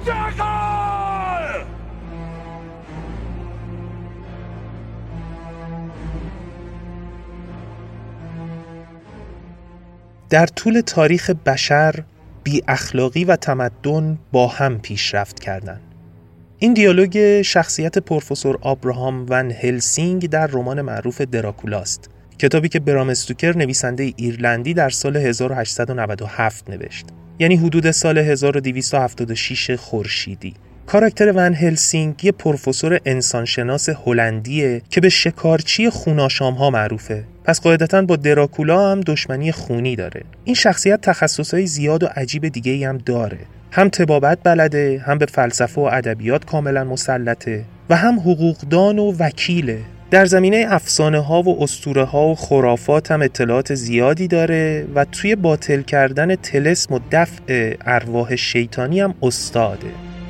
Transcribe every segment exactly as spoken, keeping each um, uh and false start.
در طول تاریخ بشر بی اخلاقی و تمدن با هم پیشرفت کردند. این دیالوگ شخصیت پروفسور آبراهام ون هلسینگ در رمان معروف دراکولاست، کتابی که برام استوکر نویسنده ایرلندی در سال هزار و هشتصد و نود و هفت نوشت، یعنی حدود سال هزار و دویست و هفتاد و شش خورشیدی. کاراکتر ون هلسینگ یه پروفسور انسانشناس هلندیه که به شکارچی خوناشام‌ها معروفه. پس قاعدتاً با دراکولا هم دشمنی خونی داره. این شخصیت تخصصهای زیاد و عجیب دیگه‌ای هم داره. هم طبابت بلده، هم به فلسفه و ادبیات کاملا مسلطه و هم حقوقدان و وکیله. در زمینه افسانه ها و اسطوره ها و خرافات هم اطلاعات زیادی داره و توی باطل کردن طلسم و دفع ارواح شیطانی هم استاده.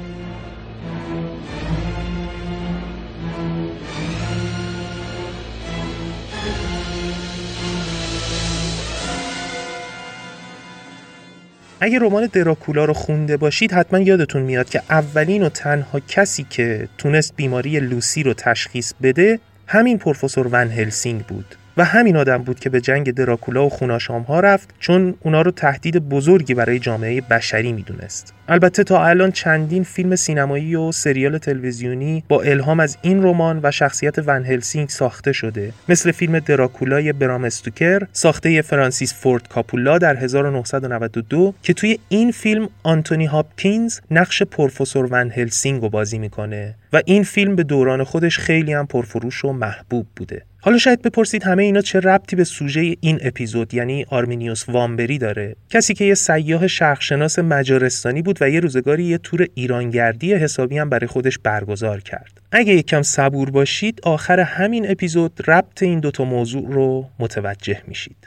اگه رمان دراکولا رو خونده باشید حتما یادتون میاد که اولین و تنها کسی که تونست بیماری لوسی رو تشخیص بده همین پروفسور ون هلسینگ بود و همین آدم بود که به جنگ دراکولا و خوناشام‌ها رفت، چون اونا رو تهدید بزرگی برای جامعه بشری میدونست. البته تا الان چندین فیلم سینمایی و سریال تلویزیونی با الهام از این رمان و شخصیت ون هلسینگ ساخته شده، مثل فیلم دراکولای برام استوکر ساخته فرانسیس فورد کاپولا در هزار و نهصد و نود و دو که توی این فیلم آنتونی هاپکینز نقش پروفسور ون هلسینگ رو بازی میکنه و این فیلم به دوران خودش خیلی هم پرفروش و محبوب بوده. حالا شاید بپرسید همه اینا چه ربطی به سوژه این اپیزود یعنی آرمینیوس وامبری داره؟ کسی که یه سیاح شرقشناس مجارستانی بود و یه روزگاری یه تور ایرانگردی حسابی هم برای خودش برگزار کرد. اگه یکم صبور باشید آخر همین اپیزود ربط این دوتا موضوع رو متوجه میشید.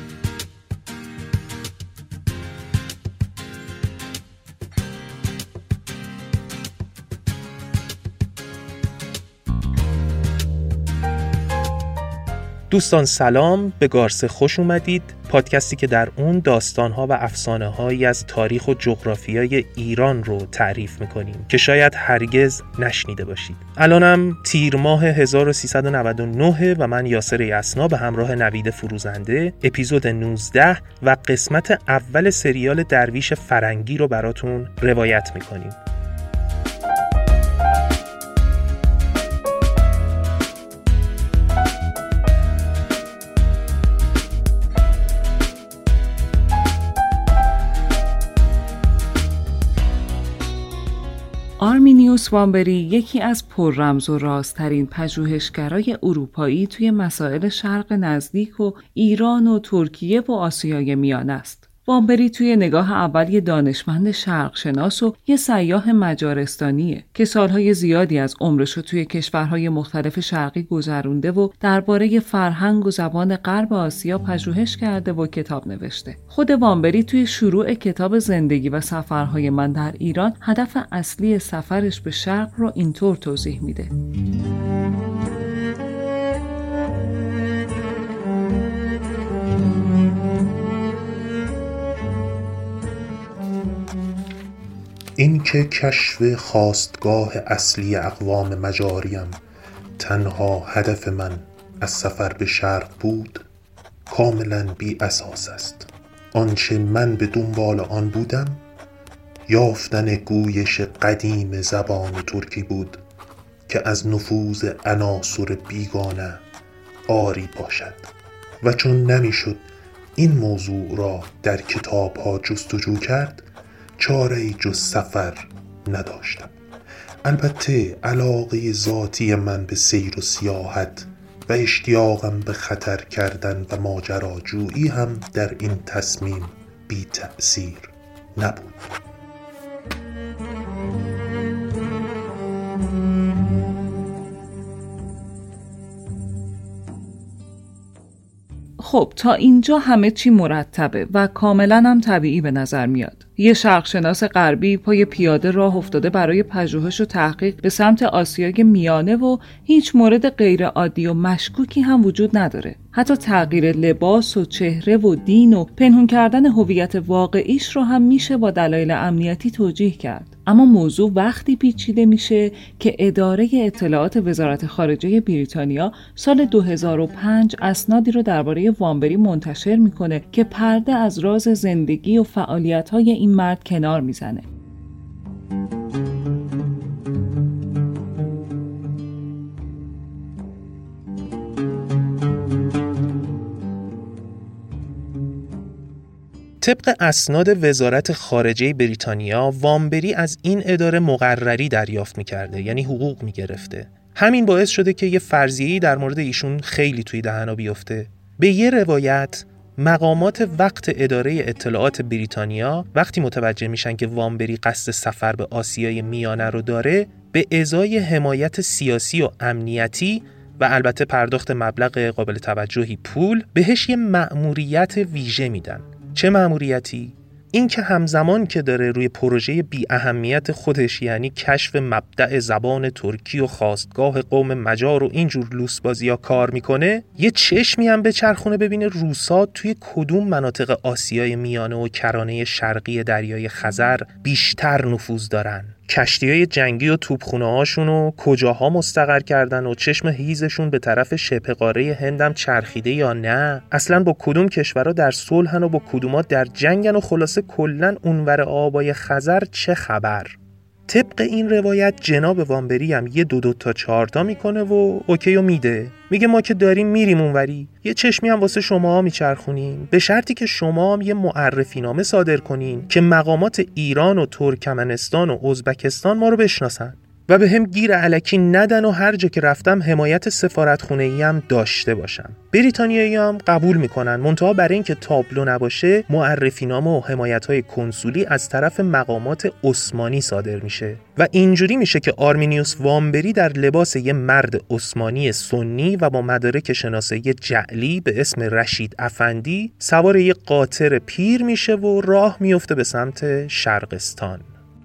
دوستان سلام، به گارسه خوش اومدید، پادکستی که در اون داستان‌ها و افسانه‌هایی از تاریخ و جغرافیای ایران رو تعریف می‌کنیم که شاید هرگز نشنیده باشید. الانم تیر ماه هزار و سیصد و نود و نه و من یاسر یسنا به همراه نوید فروزنده اپیزود نوزده و قسمت اول سریال درویش فرنگی رو براتون روایت می‌کنیم. آرمینیوس وامبری یکی از پررمز و رازترین پژوهشگرای اروپایی توی مسائل شرق نزدیک و ایران و ترکیه و آسیای میانه است. وامبری توی نگاه اول یه دانشمند شرقشناس و یه سیاح مجارستانیه که سالهای زیادی از عمرشو توی کشورهای مختلف شرقی گذرونده و درباره فرهنگ و زبان غرب آسیا پژوهش کرده و کتاب نوشته. خود وامبری توی شروع کتاب زندگی و سفرهای من در ایران هدف اصلی سفرش به شرق رو اینطور توضیح میده: این که کشف خاستگاه اصلی اقوام مجاریم تنها هدف من از سفر به شرق بود کاملا بی اساس است. آنچه من به دنبال آن بودم یافتن گویش قدیم زبان ترکی بود که از نفوذ عناصر بیگانه عاری باشد و چون نمیشد این موضوع را در کتاب‌ها جستجو کرد چاره‌ای جز سفر نداشتم. البته علاقه ذاتی من به سیر و سیاحت و اشتیاقم به خطر کردن و ماجراجویی هم در این تصمیم بی تأثیر نبود. خب تا اینجا همه چی مرتبه و کاملا هم طبیعی به نظر میاد. یه شرقشناس غربی پای پیاده راه افتاده برای پژوهش و تحقیق به سمت آسیای میانه و هیچ مورد غیر عادی و مشکوکی هم وجود نداره. حتی تغییر لباس و چهره و دین و پنهون کردن هویت واقعیش رو هم میشه با دلایل امنیتی توجیه کرد. اما موضوع وقتی پیچیده میشه که اداره اطلاعات وزارت خارجه بریتانیا سال دو هزار و پنج اسنادی رو درباره وامبری منتشر میکنه که پرده از راز زندگی و فعالیت‌های این مرد کنار میزنه. طبق اسناد وزارت خارجه بریتانیا، وامبری از این اداره مقرری دریافت می‌کرده، یعنی حقوق می‌گرفته. همین باعث شده که یه فرضیه‌ای در مورد ایشون خیلی توی دهنا بیفته. به یه روایت مقامات وقت اداره اطلاعات بریتانیا وقتی متوجه میشن که وامبری قصد سفر به آسیای میانه رو داره، به ازای حمایت سیاسی و امنیتی و البته پرداخت مبلغ قابل توجهی پول بهش یه مأموریت ویژه میدن. چه مأموریتی؟ این که همزمان که داره روی پروژه بی اهمیت خودش، یعنی کشف مبدأ زبان ترکی و خاستگاه قوم مجار و اینجور لوسبازی‌ها کار میکنه، یه چشمی هم به چرخونه ببینه روسا توی کدوم مناطق آسیای میانه و کرانه شرقی دریای خزر بیشتر نفوذ دارن. کشتی‌های جنگی و توپخونه‌هاشون رو کجاها مستقر کردن و چشم هیزشون به طرف شبه قاره هندم چرخیده یا نه؟ اصلاً با کدوم کشورها در صلحن و با کدوم‌ها در جنگن و خلاصه کلاً اونور آبای خزر چه خبر؟ طبق این روایت جناب وامبری هم یه دو دو تا چهار تا میکنه و اوکی و میده. میگه ما که داریم میریم اونوری، یه چشمی هم واسه شما ها میچرخونیم، به شرطی که شما هم یه معرفی نامه صادر کنین که مقامات ایران و ترکمنستان و ازبکستان ما رو بشناسن و به هم گیر الکی ندن و هر جا که رفتم حمایت سفارتخونه‌ای هم داشته باشم. بریتانیایی هم قبول میکنن، منتها برای اینکه تابلو نباشه معرفی نامه و حمایت‌های کنسولی از طرف مقامات عثمانی صادر میشه و اینجوری میشه که آرمینیوس وامبری در لباس یه مرد عثمانی سنی و با مدارک شناسایی جعلی به اسم رشید افندی سوار یه قاطر پیر میشه و راه میفته به سمت شرقستان.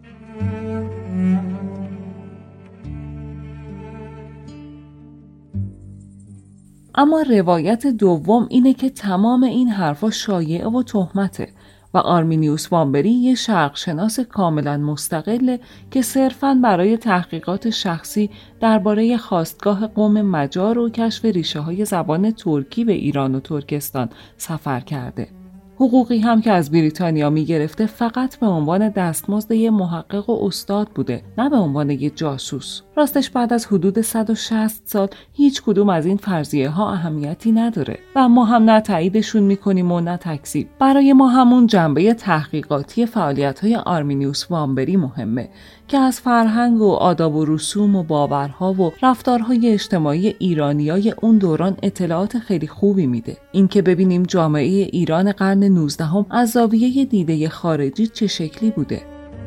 اما روایت دوم اینه که تمام این حرفا شایعه و تهمته و آرمینیوس وامبری یه شرقشناس کاملا مستقله که صرفاً برای تحقیقات شخصی درباره خاستگاه قوم مجار و کشف ریشه‌های زبان ترکی به ایران و ترکستان سفر کرده. حقوقی هم که از بریتانیا میگرفته فقط به عنوان دستمزد یه محقق و استاد بوده، نه به عنوان یه جاسوس. راستش بعد از حدود صد و شصت سال هیچ کدوم از این فرضیه ها اهمیتی نداره و ما هم نه تاییدشون میکنیم و نه تکذیب. برای ما همون جنبه تحقیقاتی فعالیت های آرمینیوس وامبری مهمه که از فرهنگ و آداب و رسوم و باورها و رفتارهای اجتماعی ایرانیای اون دوران اطلاعات خیلی خوبی میده. این که ببینیم جامعه ایران قرن نوزدهم از زاویه دیده خارجی چه شکلی بوده.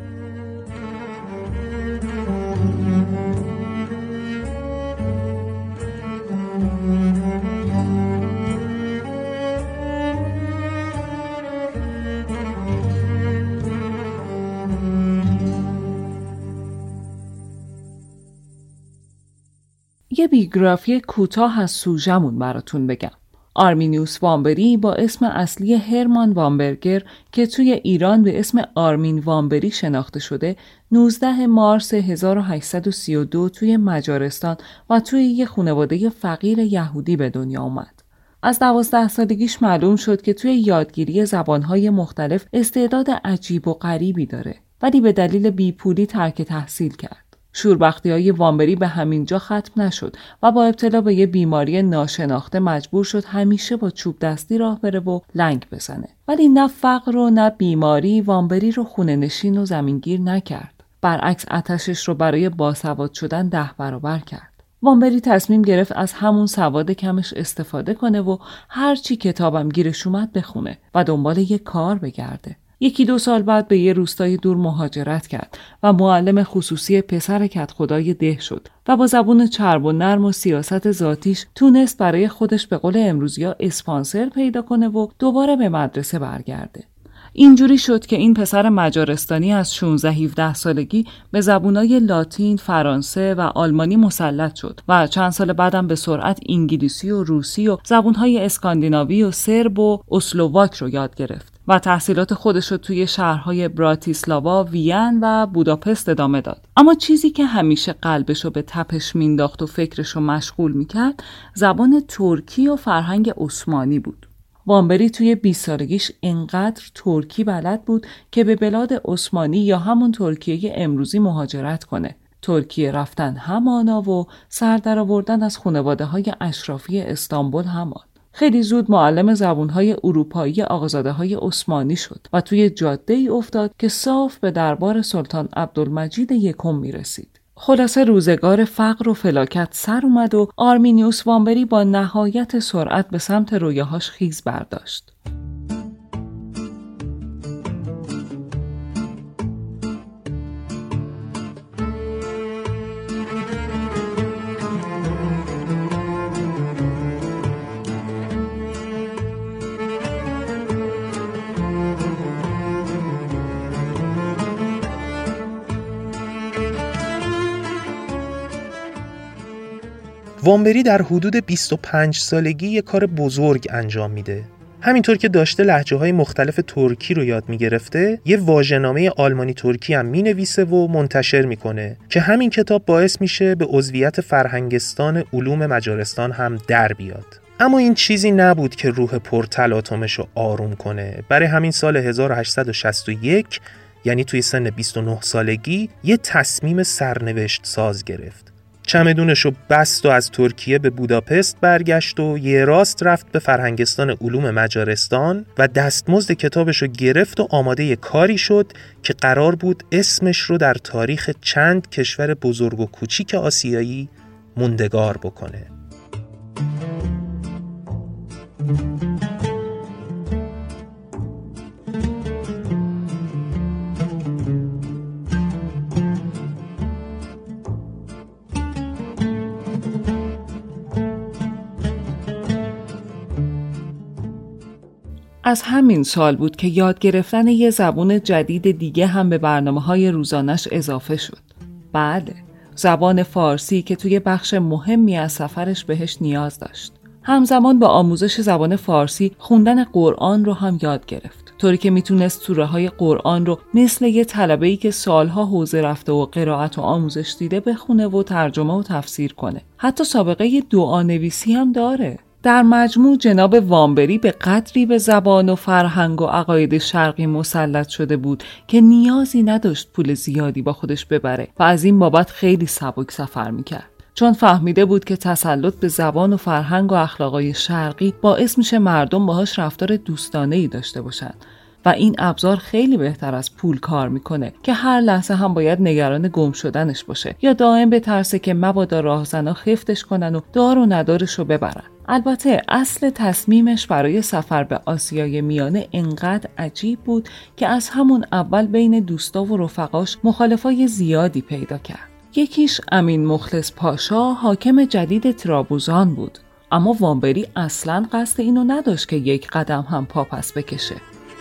یه بیوگرافی کوتاه از سوژمون براتون بگم. آرمینیوس وامبری با اسم اصلی هرمان وامبرگر که توی ایران به اسم آرمین وامبری شناخته شده، نوزدهم مارس هزار و هشتصد و سی و دو توی مجارستان و توی یه خانواده فقیر یهودی به دنیا اومد. از دوازده سالگیش معلوم شد که توی یادگیری زبانهای مختلف استعداد عجیب و غریبی داره، ولی به دلیل بیپولی ترک تحصیل کرد. شوربختی‌های وامبری به همینجا ختم نشد و با ابتلا به یه بیماری ناشناخته مجبور شد همیشه با چوب دستی راه بره و لنگ بزنه. ولی نه فقر و نه بیماری وامبری رو خونه نشین و زمینگیر نکرد. برعکس آتشش رو برای باسواد شدن ده برابر کرد. وامبری تصمیم گرفت از همون سواد کمش استفاده کنه و هر چی کتابم گیرش اومد بخونه و دنبال یه کار بگرده. یکی دو سال بعد به یه روستای دور مهاجرت کرد و معلم خصوصی پسر کدخدای ده شد و با زبون چرب و نرم و سیاست ذاتیش تونست برای خودش به قول امروزیا اسپانسر پیدا کنه و دوباره به مدرسه برگرده. اینجوری شد که این پسر مجارستانی از شانزده هفده سالگی به زبونای لاتین، فرانسه و آلمانی مسلط شد و چند سال بعدم به سرعت انگلیسی و روسی و زبونهای اسکاندیناوی و سرب و اسلوواک رو یاد گرفت و تحصیلات خودش رو توی شهرهای براتیسلاوا، وین و بوداپست ادامه داد. اما چیزی که همیشه قلبش رو به تپش مینداخت و فکرش رو مشغول میکرد زبان ترکی و فرهنگ عثمانی بود. وامبری توی بیست سالگیش انقدر ترکی بلد بود که به بلاد عثمانی یا همون ترکیه امروزی مهاجرت کنه. ترکیه رفتن همانا و سر در آوردن از خانواده‌های اشرافی استانبول همان. خیلی زود معلم زبونهای اروپایی آقازاده‌های عثمانی شد و توی جاده‌ای افتاد که صاف به دربار سلطان عبدالمجید یکم میرسید. خلاصه روزگار فقر و فلاکت سر اومد و آرمینیوس وامبری با نهایت سرعت به سمت رویاهاش خیز برداشت. وامبری در حدود بیست و پنج سالگی یک کار بزرگ انجام میده. همینطور که داشته لهجه‌های مختلف ترکی رو یاد میگرفته، یه واژه‌نامه آلمانی ترکی هم مینویسه و منتشر میکنه که همین کتاب باعث میشه به عضویت فرهنگستان علوم مجارستان هم در بیاد. اما این چیزی نبود که روح پرتلاطمش رو آروم کنه. برای همین سال هزار و هشتصد و شصت و یک، یعنی توی سن بیست و نه سالگی، یه تصمیم سرنوشت ساز گرفت. چمدونشو بست و از ترکیه به بوداپست برگشت و یه راست رفت به فرهنگستان علوم مجارستان و دستمزد کتابشو گرفت و آماده یه کاری شد که قرار بود اسمش رو در تاریخ چند کشور بزرگ و کوچیک آسیایی موندگار بکنه. از همین سال بود که یاد گرفتن یه زبان جدید دیگه هم به برنامه‌های روزانش اضافه شد. بله، زبان فارسی که توی بخش مهمی از سفرش بهش نیاز داشت. همزمان با آموزش زبان فارسی خوندن قرآن رو هم یاد گرفت، طوری که میتونست سوره‌های قرآن رو مثل یه طلبه‌ای که سالها حوزه رفته و قرائت و آموزش دیده بخونه و ترجمه و تفسیر کنه. حتی سابقه دعانویسی هم داره. در مجموع جناب وامبری به قدری به زبان و فرهنگ و عقاید شرقی مسلط شده بود که نیازی نداشت پول زیادی با خودش ببره و از این بابت خیلی سبک سفر میکرد، چون فهمیده بود که تسلط به زبان و فرهنگ و اخلاقای شرقی باعث میشه مردم باهاش رفتار دوستانه‌ای داشته باشن و این ابزار خیلی بهتر از پول کار میکنه که هر لحظه هم باید نگران گم شدنش باشه یا دائم به ترسه که مبادا راهزنا خفتش کنن و دار و ندارش رو ببرن. البته اصل تصمیمش برای سفر به آسیای میانه انقدر عجیب بود که از همون اول بین دوستا و رفقاش مخالفای زیادی پیدا کرد. یکیش امین مخلص پاشا، حاکم جدید ترابوزان بود، اما وامبری اصلاً قصد اینو نداشت که یک قدم هم پا پس بکشه.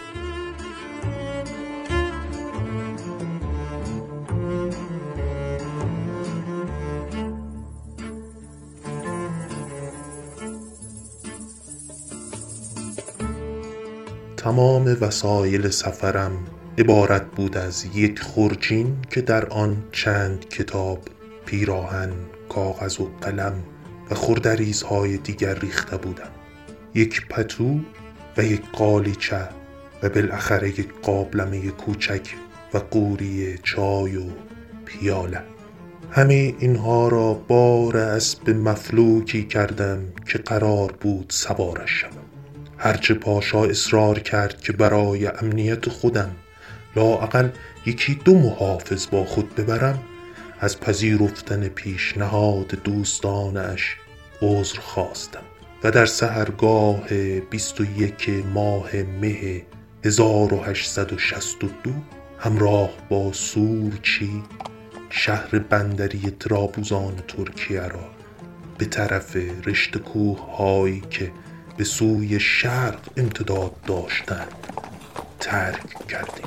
تمام وسایل سفرم عبارت بود از یک خورجین که در آن چند کتاب، پیراهن، کاغذ و قلم و خردریزهای دیگر ریخته بودم، یک پتو و یک قالیچه و بالاخره یک قابلمه کوچک و قوری چای و پیاله. همه اینها را بار اسب مفلوکی کردم که قرار بود سوارش شوم. هرچه پاشا اصرار کرد که برای امنیت خودم لااقل یکی دو محافظ با خود ببرم، از پذیرفتن پیشنهاد دوستانش عذر خواستم و در سحرگاه بیست و یک ماه مه هزار و هشتصد و شصت و دو همراه با سورچی شهر بندری ترابوزان ترکیه را به طرف رشته کوه هایی که به سوی شرق امتداد داشتند ترک کردیم.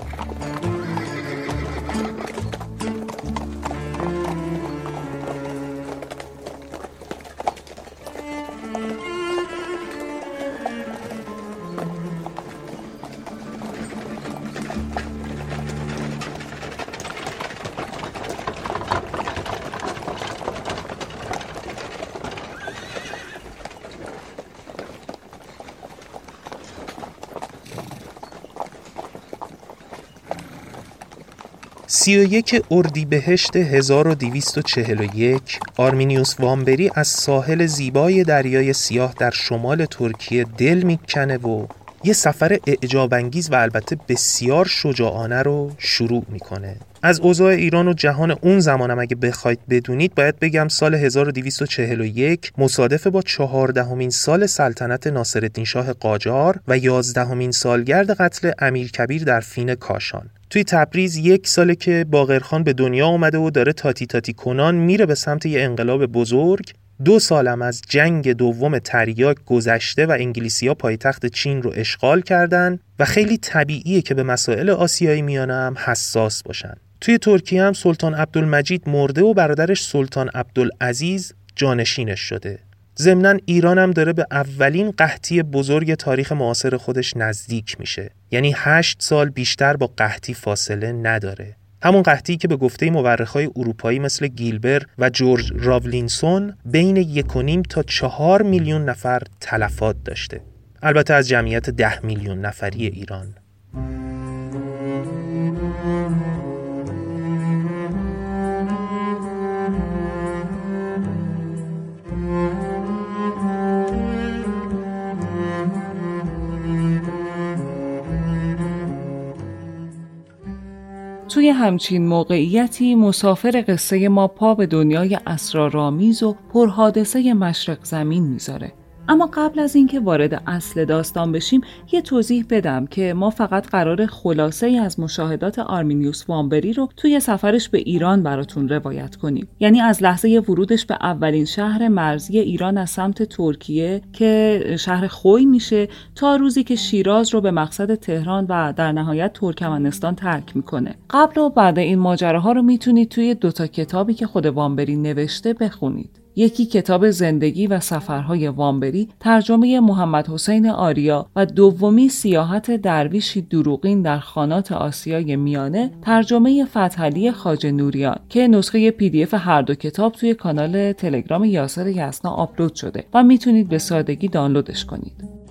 سی و یک اردیبهشت هزار و دویست و چهل و یک آرمینیوس وامبری از ساحل زیبای دریای سیاه در شمال ترکیه دل میکنه و یه سفر اعجاب‌انگیز و البته بسیار شجاعانه رو شروع میکنه. از اوضاع ایران و جهان اون زمانم اگه بخواید بدونید باید بگم سال هزار و دویست و چهل و یک مصادف با چهاردهمین سال سلطنت ناصرالدین شاه قاجار و یازدهمین سالگرد قتل امیرکبیر در فین کاشان. توی تبریز یک ساله که باقرخان به دنیا اومده و داره تاتی تاتی کنان میره به سمت یه انقلاب بزرگ. دو سالم از جنگ دوم تریاک گذشته و انگلیسی‌ها پایتخت چین رو اشغال کردن و خیلی طبیعیه که به مسائل آسیایی میانه هم حساس باشن. توی ترکیه هم سلطان عبدالمجید مرده و برادرش سلطان عبدالعزیز جانشینش شده. ضمناً ایران هم داره به اولین قحطی بزرگ تاریخ معاصر خودش نزدیک میشه. یعنی هشت سال بیشتر با قحطی فاصله نداره. همون قحطی که به گفته مورخای اروپایی مثل گیلبر و جورج راولینسون بین یک و نیم تا چهار میلیون نفر تلفات داشته. البته از جمعیت ده میلیون نفری ایران. توی همچین موقعیتی مسافر قصه ما پا به دنیای اسرارآمیز و پرحادثه مشرق زمین میذاره. اما قبل از اینکه وارد اصل داستان بشیم یه توضیح بدم که ما فقط قرار خلاصه ای از مشاهدات آرمینیوس وامبری رو توی سفرش به ایران براتون روایت کنیم. یعنی از لحظه ورودش به اولین شهر مرزی ایران از سمت ترکیه که شهر خوی میشه تا روزی که شیراز رو به مقصد تهران و در نهایت ترکمنستان ترک میکنه. قبل و بعد این ماجراها رو میتونید توی دوتا کتابی که خود وامبری نوشته بخونید. یکی کتاب زندگی و سفرهای وامبری ترجمه محمد حسین آریا و دومی سیاحت درویشی دروغین در خانات آسیای میانه ترجمه فتحعلی خواجه نوریان که نسخه پی دی اف هر دو کتاب توی کانال تلگرام یاسر یسنا آپلود شده و میتونید به سادگی دانلودش کنید.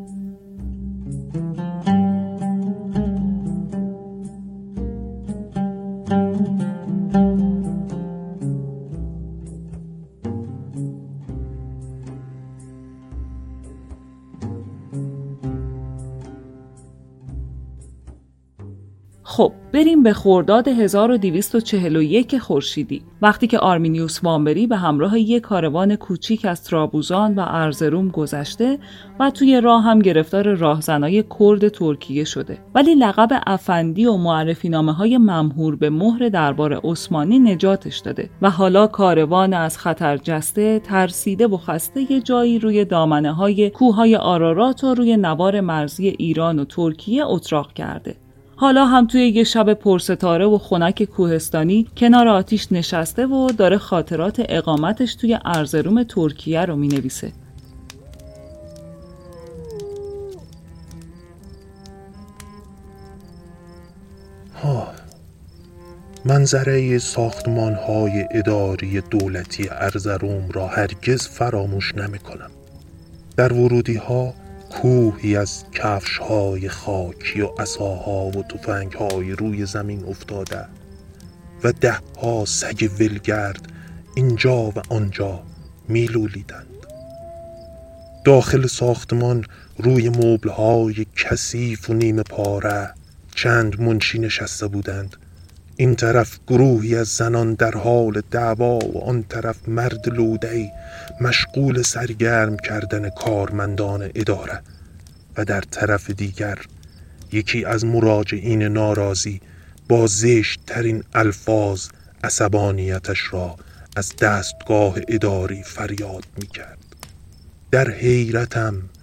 خب بریم به خرداد هزار و دویست و چهل و یک خورشیدی، وقتی که آرمینیوس وامبری به همراه یک کاروان کوچیک از ترابوزان و ارزروم گذشته و توی راه هم گرفتار راهزنای کرد ترکیه شده، ولی لقب افندی و معرفی نامه های ممهور به مهر دربار عثمانی نجاتش داده و حالا کاروان از خطر جسته ترسیده و خسته یه جایی روی دامنه های کوههای آرارات و روی نوار مرزی ایران و ترکیه اتراق کرده. حالا هم توی یه شب پرستاره و خنک کوهستانی کنار آتیش نشسته و داره خاطرات اقامتش توی ارزروم ترکیه رو می نویسه. ها منظره ساختمان‌های اداری دولتی ارزروم را هرگز فراموش نمی‌کنم. در ورودی‌ها کوهی از کفش‌های خاکی و عصاها و تفنگ‌های روی زمین افتاده و ده‌ها سگ ولگرد اینجا و آنجا میلولیدند. داخل ساختمان روی مبل‌های کثیف و نیمه پاره چند منشی نشسته بودند. این طرف گروهی از زنان در حال دعوا و آن طرف مرد لوده‌ای مشغول سرگرم کردن کارمندان اداره و در طرف دیگر یکی از مراجعین ناراضی با زشت ترین الفاظ عصبانیتش را از دستگاه اداری فریاد می کرد. در حیرتم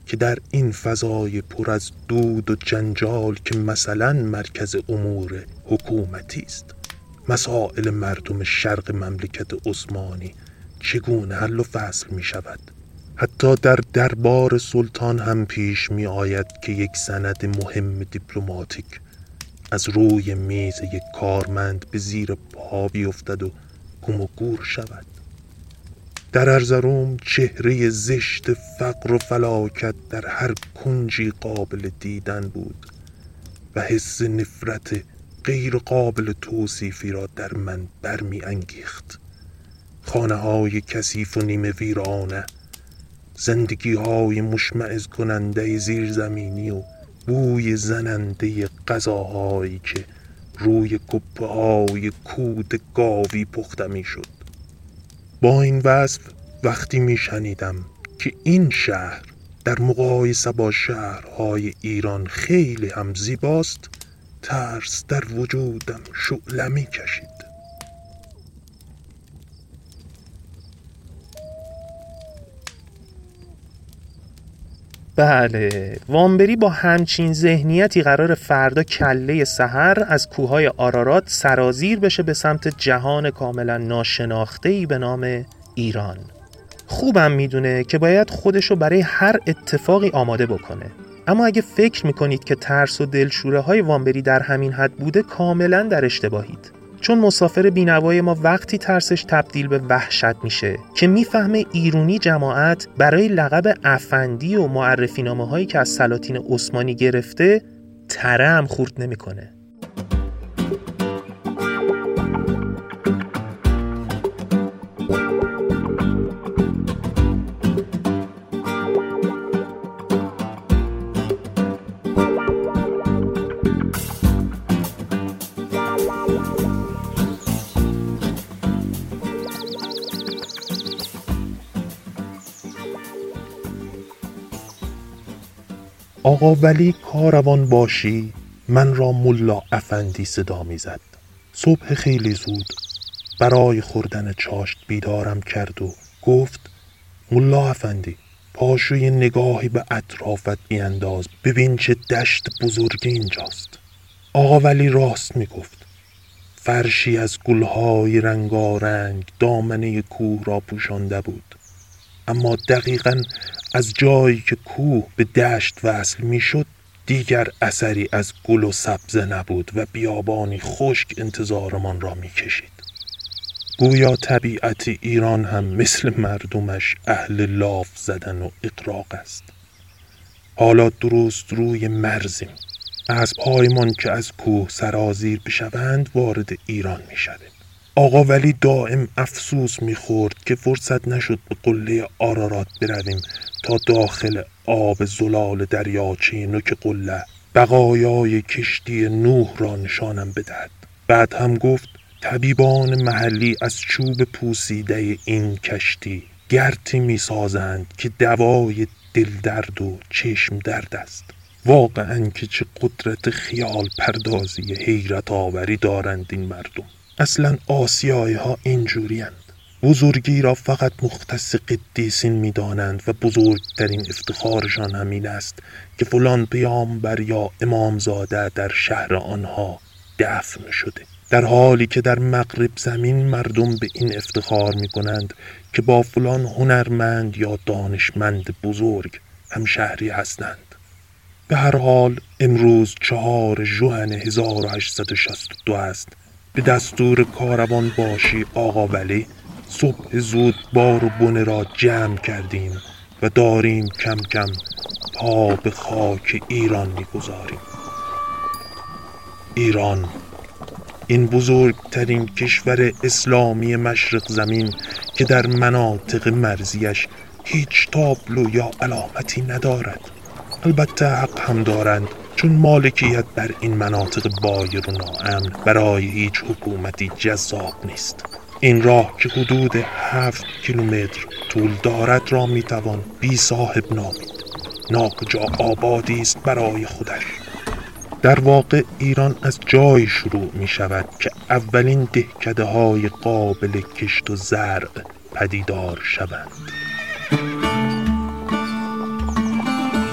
که در این فضای پر از دود و جنجال که مثلا مرکز امور حکومتی است، مسائل مردم شرق مملکت عثمانی چگونه حل و فصل می شود؟ حتی در دربار سلطان هم پیش می آید که یک سند مهم دیپلماتیک از روی میز یک کارمند به زیر پا بیفتد و گم و گور شود. در ارزروم چهره زشت فقر و فلاکت در هر کنجی قابل دیدن بود و حس نفرت غیر قابل توصیفی را در من برمی انگیخت. خانه های کثیف و نیمه ویرانه، زندگی های مشمئز کننده زیرزمینی و بوی زننده غذاهایی که روی کپه های کود گاوی پخته می شد. با این وصف وقتی می شنیدم که این شهر در مقایسه با شهرهای ایران خیلی هم زیباست، ترس در وجودم شعله می کشید. بله، وامبری با همچین ذهنیتی قرار فردا کله سحر از کوههای آرارات سرازیر بشه به سمت جهان کاملا ناشناخته‌ای به نام ایران. خوبم میدونه که باید خودشو برای هر اتفاقی آماده بکنه، اما اگه فکر میکنید که ترس و دلشوره های وامبری در همین حد بوده، کاملا در اشتباهید. چون مسافر بینوای ما وقتی ترسش تبدیل به وحشت میشه که میفهمه ایرونی جماعت برای لقب افندی و معرفی نامه هایی که از سلاطین عثمانی گرفته تره هم خورد نمیکنه. آقا ولی کاروان باشی من را ملا افندی صدا می زد. صبح خیلی زود برای خوردن چاشت بیدارم کرد و گفت ملا افندی پاشوی نگاهی به اطرافت بیانداز، ببین چه دشت بزرگی اینجاست. آقا ولی راست می گفت. فرشی از گلهای رنگارنگ دامنه کوه را پوشانده بود، اما دقیقاً از جایی که کوه به دشت وصل می شد دیگر اثری از گل و سبزه نبود و بیابانی خشک انتظارمان را می کشید. گویا طبیعت ایران هم مثل مردمش اهل لاف زدن و اقراق است. حالا درست روی مرزیم. اسب‌هایمان که از کوه سرازیر بشوند وارد ایران می شوند. آقا ولی دائم افسوس می‌خورد که فرصت نشد به قله آرارات برویم تا داخل آب زلال دریاچه نوک قله بقایای کشتی نوح را نشانم بدهد. بعد هم گفت طبیبان محلی از چوب پوسیده این کشتی گرتی می‌سازند که دوای دل درد و چشم درد است. واقعاً که چه قدرت خیال پردازی حیرت آوری دارند این مردم. اصلا آسیایی ها اینجوری هند. بزرگی را فقط مختص قدیسین می دانند و بزرگترین افتخارشان همین است که فلان پیامبر یا امامزاده در شهر آنها دفن شده، در حالی که در مغرب زمین مردم به این افتخار می کنند که با فلان هنرمند یا دانشمند بزرگ هم شهری هستند. به هر حال امروز چهار ژوئن هزار و هشتصد و شصت و دو است. به دستور کاروان باشی آقا ولی صبح زود بار و بنه را جمع کردیم و داریم کم کم پا به خاک ایران می‌گذاریم. ایران، این بزرگترین کشور اسلامی مشرق زمین که در مناطق مرزیش هیچ تابلو یا علامتی ندارد. البته حق هم دارند، چون مالکیت بر این مناطق بایر و ناامن برای هیچ حکومتی جذاب نیست. این راه که حدود هفت کیلومتر طول دارد را میتوان بی صاحب نامید. ناکجا آبادی است برای خودش. در واقع ایران از جای شروع می شود که اولین دهکده های قابل کشت و زرع پدیدار شوند.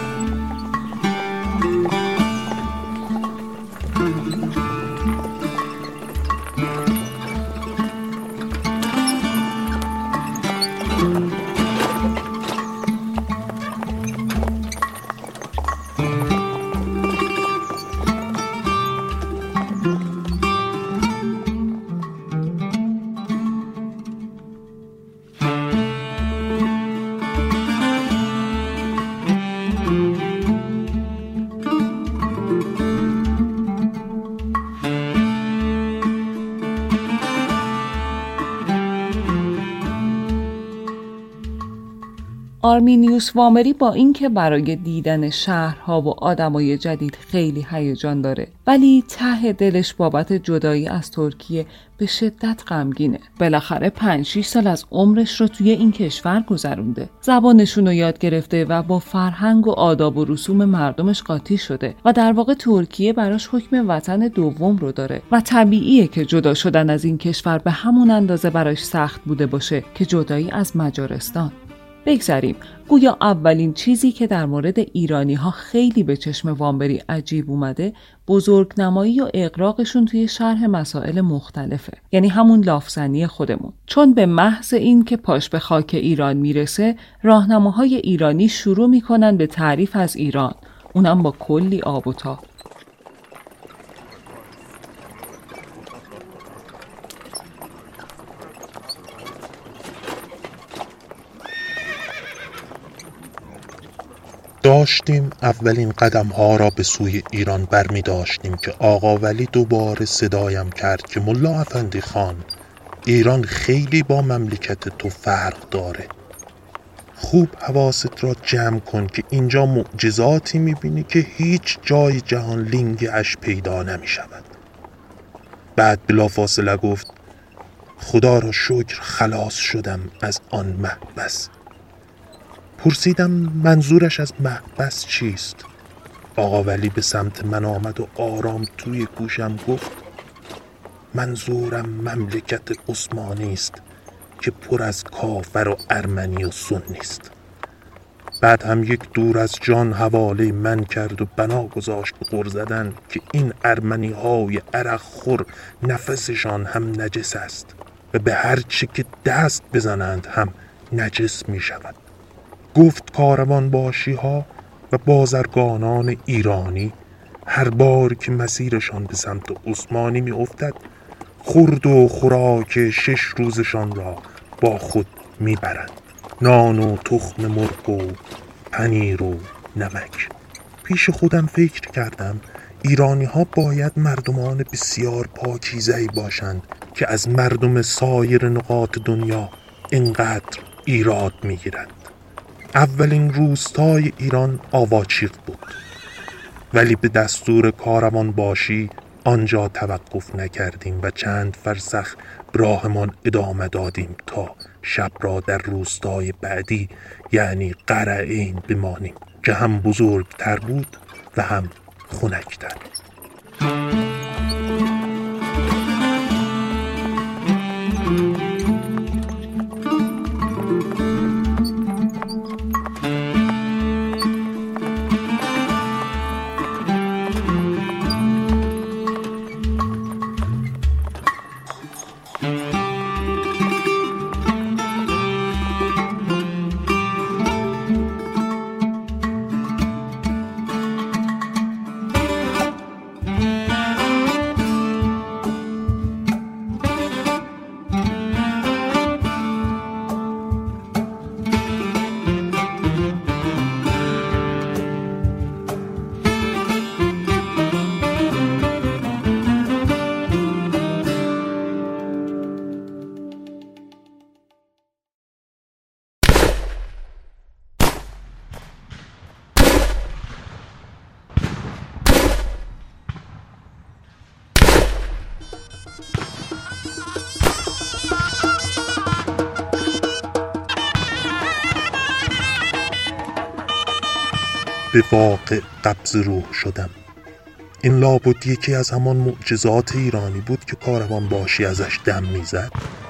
آرمینیوس وامری با اینکه برای دیدن شهرها و آدمای جدید خیلی هیجان داره، ولی ته دلش بابت جدایی از ترکیه به شدت غمگینه. بالاخره پنج شش سال از عمرش رو توی این کشور گذرونده. زبانشون رو یاد گرفته و با فرهنگ و آداب و رسوم مردمش قاطی شده و در واقع ترکیه براش حکم وطن دوم رو داره و طبیعیه که جدا شدن از این کشور به همون اندازه براش سخت بوده باشه که جدایی از مجارستان. بگذاریم، گویا اولین چیزی که در مورد ایرانی ها خیلی به چشم وامبری عجیب اومده بزرگنمایی و اغراقشون توی شرح مسائل مختلفه، یعنی همون لافزنی خودمون. چون به محض این که پاش به خاک ایران میرسه، راهنماهای ایرانی شروع میکنن به تعریف از ایران، اونم با کلی آب و تاب. داشتیم اولین قدم ها را به سوی ایران برمی داشتیم که آقا ولی دوباره صدایم کرد که ملا افندی خان، ایران خیلی با مملکت تو فرق داره. خوب حواست را جمع کن که اینجا معجزاتی می بینی که هیچ جای جهان لینگ اش پیدا نمی شود. بعد بلافاصله گفت خدا را شکر خلاص شدم از آن محبس. پرسیدم منظورش از محبس چیست؟ آقا ولی به سمت من آمد و آرام توی گوشم گفت منظورم مملکت عثمانی است که پر از کافر و ارمنی و سنی است. بعد هم یک دور از جان حواله من کرد و بنا گذاشت به غر زدن که این ارمنی های عرق خور نفسشان هم نجس است و به هر چی که دست بزنند هم نجس می شود. گفت کاروان باشی ها و بازرگانان ایرانی هر بار که مسیرشان به سمت عثمانی می افتد خورد و خوراک شش روزشان را با خود می برند، نان و تخم مرغ و پنیر و نمک. پیش خودم فکر کردم ایرانی ها باید مردمان بسیار پاکیزه‌ای باشند که از مردم سایر نقاط دنیا اینقدر ایراد می گیرند. اولین روستای ایران آواچیق بود، ولی به دستور کاروان باشی آنجا توقف نکردیم و چند فرسخ راهمان ادامه دادیم تا شب را در روستای بعدی یعنی قرعین بمانیم که هم بزرگتر بود و هم خنک‌تر. به واقع قبض روح شدم. این لابد یکی از همان معجزات ایرانی بود که کاروان باشی ازش دم میزد.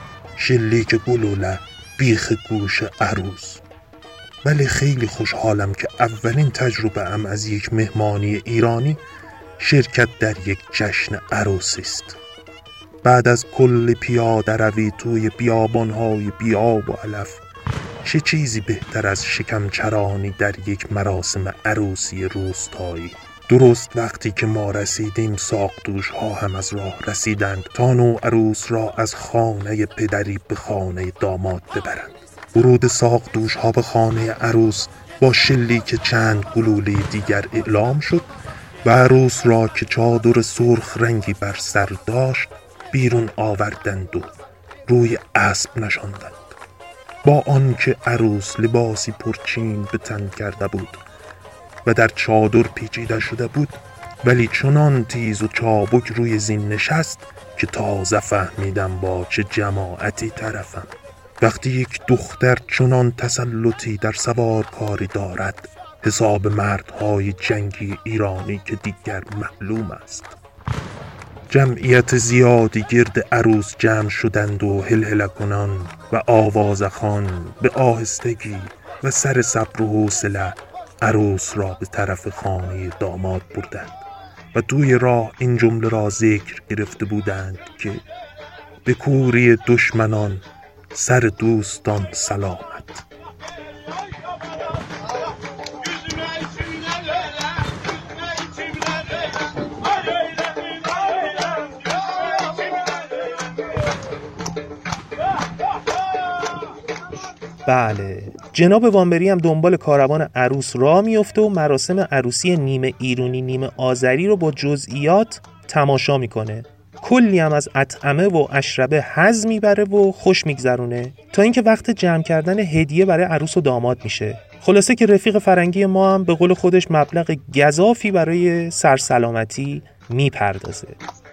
شلیک گلوله، بیخ گوش عروس. ولی خیلی خوشحالم که اولین تجربه ام از یک مهمانی ایرانی شرکت در یک جشن عروسی است. بعد از کل پیاده روی توی بیابان‌های بیاب و علف، چه چیزی بهتر از شکمچرانی در یک مراسم عروسی روستایی. درست وقتی که ما رسیدیم ساقدوش ها هم از راه رسیدند تا نو عروس را از خانه پدری به خانه داماد ببرند. ورود ساقدوش ها به خانه عروس با شلیک چند گلوله دیگر اعلام شد و عروس را که چادر سرخ رنگی بر سر داشت بیرون آوردند و روی اسب نشاندند. با آنکه عروس لباسی پرچین به تن کرده بود و در چادر پیچیده شده بود، ولی چنان تیز و چابک روی زین نشست که تازه فهمیدم با چه جماعتی طرفم. وقتی یک دختر چنان تسلطی در سوارکاری دارد، حساب مردهای جنگی ایرانی که دیگر معلوم است. جمعیت زیادی گرد عروس جمع شدند و هلهله کنان و آوازخوان به آهستگی و سر صبر و حوصله عروس را به طرف خانه داماد بردند و توی راه این جمله را ذکر گرفته بودند که به کوری دشمنان سر دوستان سلامت. بله، جناب وامبری هم دنبال کاروان عروس راه میفته و مراسم عروسی نیمه ایرانی نیمه آذری رو با جزئیات تماشا میکنه. کلی هم از اطعمه و اشربه حظ میبره و خوش میگذرونه تا اینکه وقت جمع کردن هدیه برای عروس و داماد میشه. خلاصه که رفیق فرنگی ما هم به قول خودش مبلغ گزافی برای سرسلامتی میپردازه.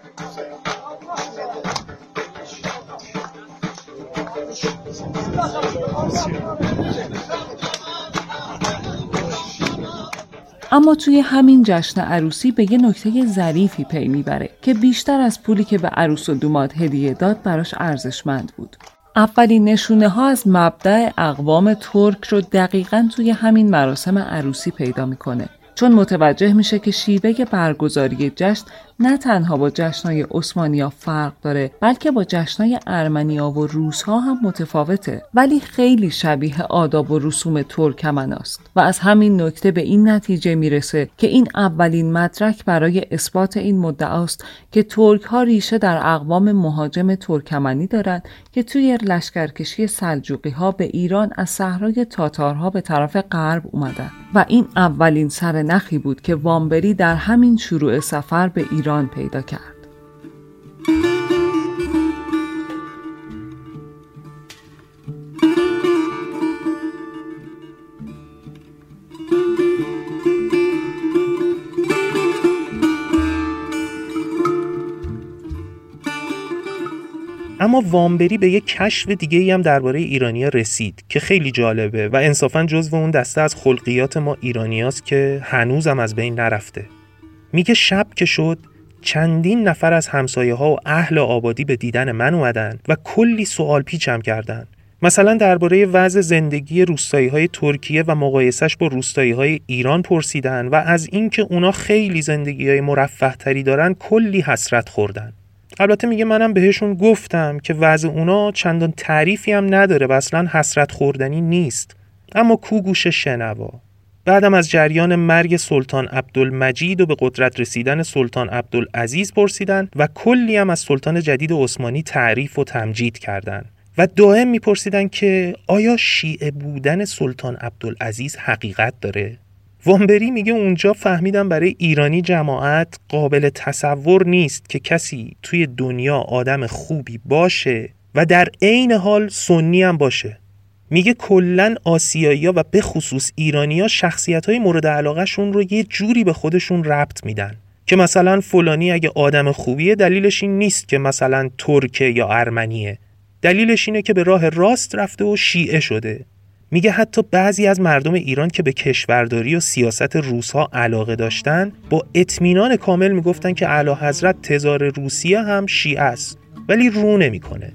اما توی همین جشن عروسی به یه نکته ظریفی پی میبره که بیشتر از پولی که به عروس و داماد هدیه داد براش ارزشمند بود. اولین نشونه ها از مبدأ اقوام ترک رو دقیقاً توی همین مراسم عروسی پیدا میکنه، چون متوجه میشه که شیوه برگزاری جشن نه تنها با جشن‌های عثمانی‌ها فرق داره، بلکه با جشن‌های ارمنی‌ها و روس‌ها هم متفاوته، ولی خیلی شبیه آداب و رسوم ترکمناست و از همین نکته به این نتیجه میرسه که این اولین مدرک برای اثبات این مدعاست که ترک‌ها ریشه در اقوام مهاجم ترکمنی دارند که توی لشکرکشی سلجوقی‌ها به ایران از صحرای تاتارها به طرف غرب اومدن و این اولین سرنخی بود که وامبری در همین شروع سفر به ایران پیدا کرد. اما وامبری به یک کشف دیگه‌ای هم درباره ایرانی‌ها رسید که خیلی جالبه و انصافاً جزو اون دسته از خلقیات ما ایرانیاست که هنوزم از بین نرفته. میگه شب که شد چندین نفر از همسایه‌ها و اهل آبادی به دیدن من اومدن و کلی سوال پیچم کردن. مثلا درباره وضع زندگی روستایی‌های ترکیه و مقایسش با روستایی‌های ایران پرسیدن و از اینکه اونا خیلی زندگی‌های مرفه‌تری دارن کلی حسرت خوردن. البته میگه منم بهشون گفتم که وضع اونا چندان تعریفی هم نداره و اصلا حسرت خوردنی نیست، اما کو گوش شنوا. بعدم از جریان مرگ سلطان عبدالمجید و به قدرت رسیدن سلطان عبدالعزیز پرسیدن و کلی هم از سلطان جدید عثمانی تعریف و تمجید کردن و دائم میپرسیدن که آیا شیعه بودن سلطان عبدالعزیز حقیقت داره؟ وامبری میگه اونجا فهمیدم برای ایرانی جماعت قابل تصور نیست که کسی توی دنیا آدم خوبی باشه و در عین حال سنی هم باشه. میگه کلن آسیایی‌ها و به خصوص ایرانی‌ها شخصیت‌های مورد علاقه‌شون رو یه جوری به خودشون ربط میدن که مثلا فلانی اگه آدم خوبیه دلیلش این نیست که مثلا ترکه یا ارمنیه، دلیلش اینه که به راه راست رفته و شیعه شده. میگه حتی بعضی از مردم ایران که به کشورداری و سیاست روس‌ها علاقه داشتن با اطمینان کامل میگفتن که اعلیحضرت تزار روسیه هم شیعه است، ولی رو نمیکنه.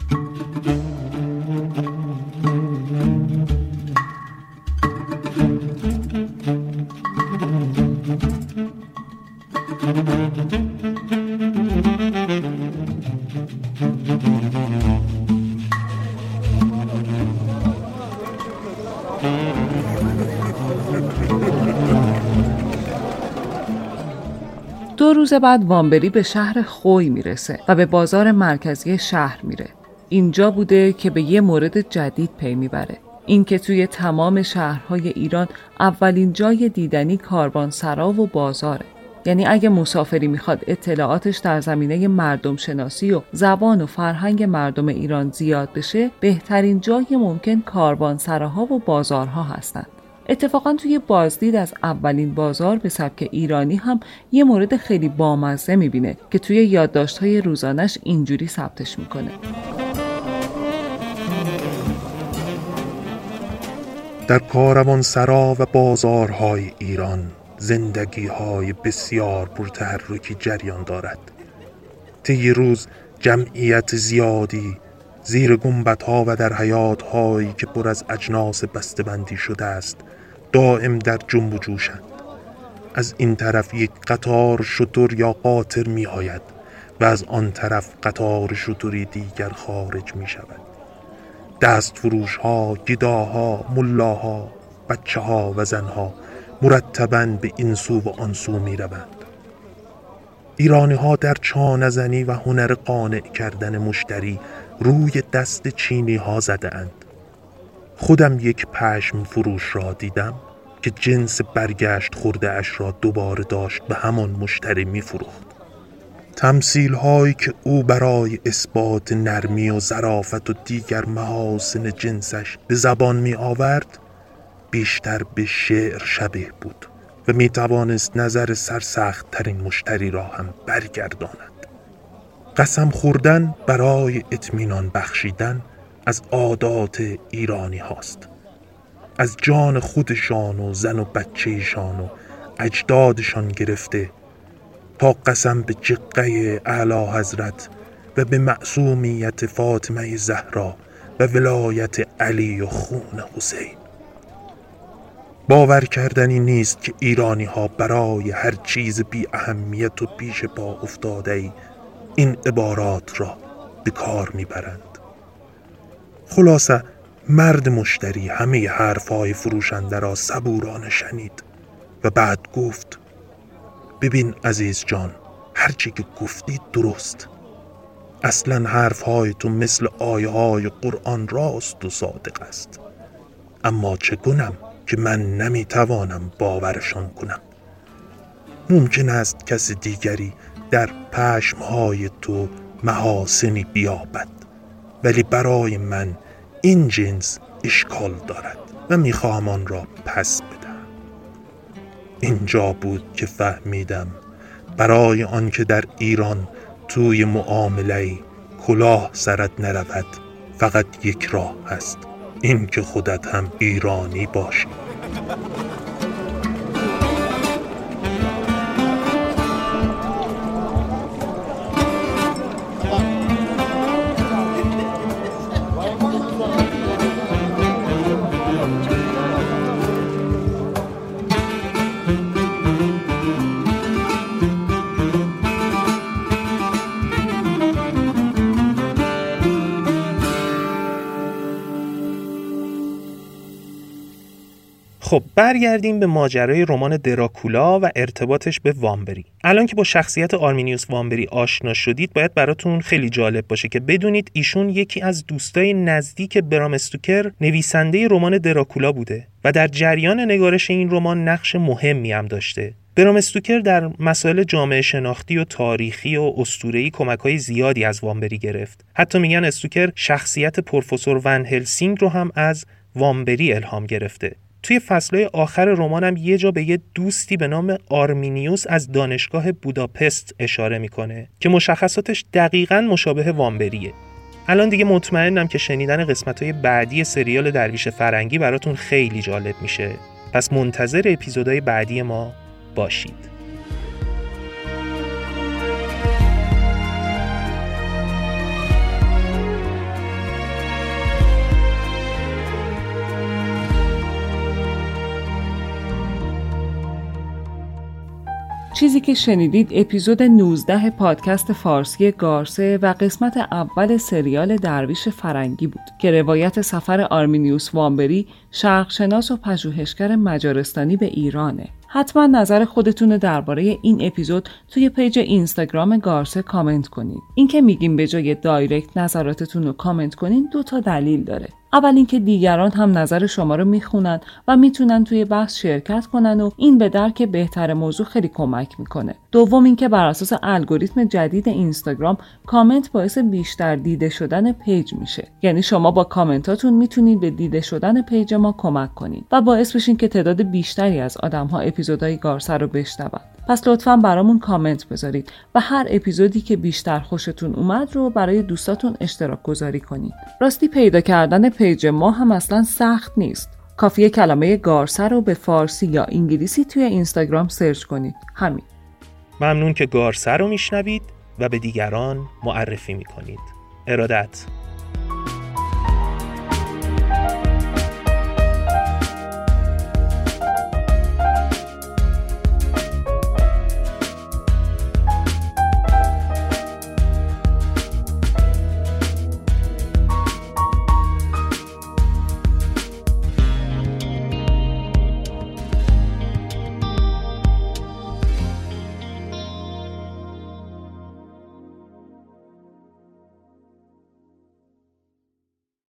دو روز بعد وامبری به شهر خوی میرسه و به بازار مرکزی شهر میره. اینجا بوده که به یه مورد جدید پی میبره، این که توی تمام شهرهای ایران اولین جای دیدنی کاروانسرا و بازاره. یعنی اگه مسافری میخواد اطلاعاتش در زمینه مردم شناسی و زبان و فرهنگ مردم ایران زیاد بشه، بهترین جای ممکن کاروانسراها و بازارها هستند. اتفاقا توی بازدید از اولین بازار به سبک ایرانی هم یه مورد خیلی بامزه میبینه که توی یادداشت‌های روزانش اینجوری ثبتش میکنه: در کاروانسرا و بازارهای ایران زندگی‌های بسیار پرتحرکی جریان دارد. طی روز جمعیت زیادی زیر گنبدها و در حیاط‌هایی که پر از اجناس بسته‌بندی شده است دائم در جنب و جوشند. از این طرف یک قطار شتر یا قاطر می آید و از آن طرف قطار شتری دیگر خارج می شود. دست فروش ها، گداها، ملاها، بچه ها و زنها مرتباً به این سو و آن سو می روند. ایرانی ها در چانه‌زنی و هنر قانع کردن مشتری روی دست چینی ها زده اند. خودم یک پشم فروش را دیدم که جنس برگشت خورده اش را دوباره داشت به همان مشتری می فروخت. تمثیل هایی که او برای اثبات نرمی و ظرافت و دیگر محاسن جنسش به زبان می آورد بیشتر به شعر شبیه بود و می توانست نظر سرسخت ترین مشتری را هم برگرداند. قسم خوردن برای اطمینان بخشیدن از عادات ایرانی هاست. از جان خودشان و زن و بچهشان و اجدادشان گرفته تا قسم به جقه اعلی حضرت و به معصومیت فاطمه زهرا و ولایت علی و خون حسین. باور کردنی نیست که ایرانی ها برای هر چیز بی اهمیت و پیش پا افتاده این عبارات را به کار میبرند. خلاصه مرد مشتری همه حرفهای فروشنده را صبورانه شنید و بعد گفت: ببین عزیز جان، هرچی که گفتی درست. اصلا حرفهای تو مثل آیه های قرآن راست و صادق است، اما چه کنم که من نمیتوانم باورشان کنم. ممکن است کسی دیگری در پشمهای تو محاسنی بیابد، ولی برای من این جنس اشکال دارد و میخواهم آن را پس بدم. اینجا بود که فهمیدم برای آن که در ایران توی معامله کلاه سرت نرود فقط یک راه هست، این که خودت هم ایرانی باشی. خب برگردیم به ماجرای رمان دراکولا و ارتباطش به وامبری. الان که با شخصیت آرمینیوس وامبری آشنا شدید باید براتون خیلی جالب باشه که بدونید ایشون یکی از دوستای نزدیک برام استوکر نویسنده رمان دراکولا بوده و در جریان نگارش این رمان نقش مهمی هم داشته. برام استوکر در مسائل جامعه شناختی و تاریخی و اسطوره‌ای کمک‌های زیادی از وامبری گرفت. حتی میگن استوکر شخصیت پروفسور ون هلسینگ رو هم از وامبری الهام گرفته. توی فصلهای آخر رمانم یه جا به یه دوستی به نام آرمینیوس از دانشگاه بوداپست اشاره میکنه که مشخصاتش دقیقاً مشابه وامبریه. الان دیگه مطمئنم که شنیدن قسمت‌های بعدی سریال درویش فرنگی براتون خیلی جالب میشه. پس منتظر اپیزودهای بعدی ما باشید. چیزی که شنیدید اپیزود نوزده پادکست فارسی گارسه و قسمت اول سریال درویش فرنگی بود که روایت سفر آرمینیوس وامبری، شرقشناس و پژوهشگر مجارستانی به ایرانه. حتما نظر خودتون درباره این اپیزود توی پیج اینستاگرام گارسه کامنت کنید. این که میگیم به جای دایرکت نظراتتون رو کامنت کنین دو تا دلیل داره. اول اینکه دیگران هم نظر شما رو میخونن و میتونن توی بحث شرکت کنن و این به درک بهتر موضوع خیلی کمک میکنه. دوم اینکه بر اساس الگوریتم جدید اینستاگرام کامنت باعث بیشتر دیده شدن پیج میشه. یعنی شما با کامنتاتون میتونید به دیده شدن پیج ما کمک کنید و باعث بشین که تعداد بیشتری از آدم‌ها اپیزودهای گارسه رو بشنون. پس لطفاً برامون کامنت بذارید و هر اپیزودی که بیشتر خوشتون اومد رو برای دوستاتون اشتراک گذاری کنید. راستی پیدا کردن پیج ما هم اصلاً سخت نیست. کافیه کلمه گارسه رو به فارسی یا انگلیسی توی اینستاگرام سرچ کنید. همین. ممنون که گارسه رو میشنوید و به دیگران معرفی میکنید. ارادت.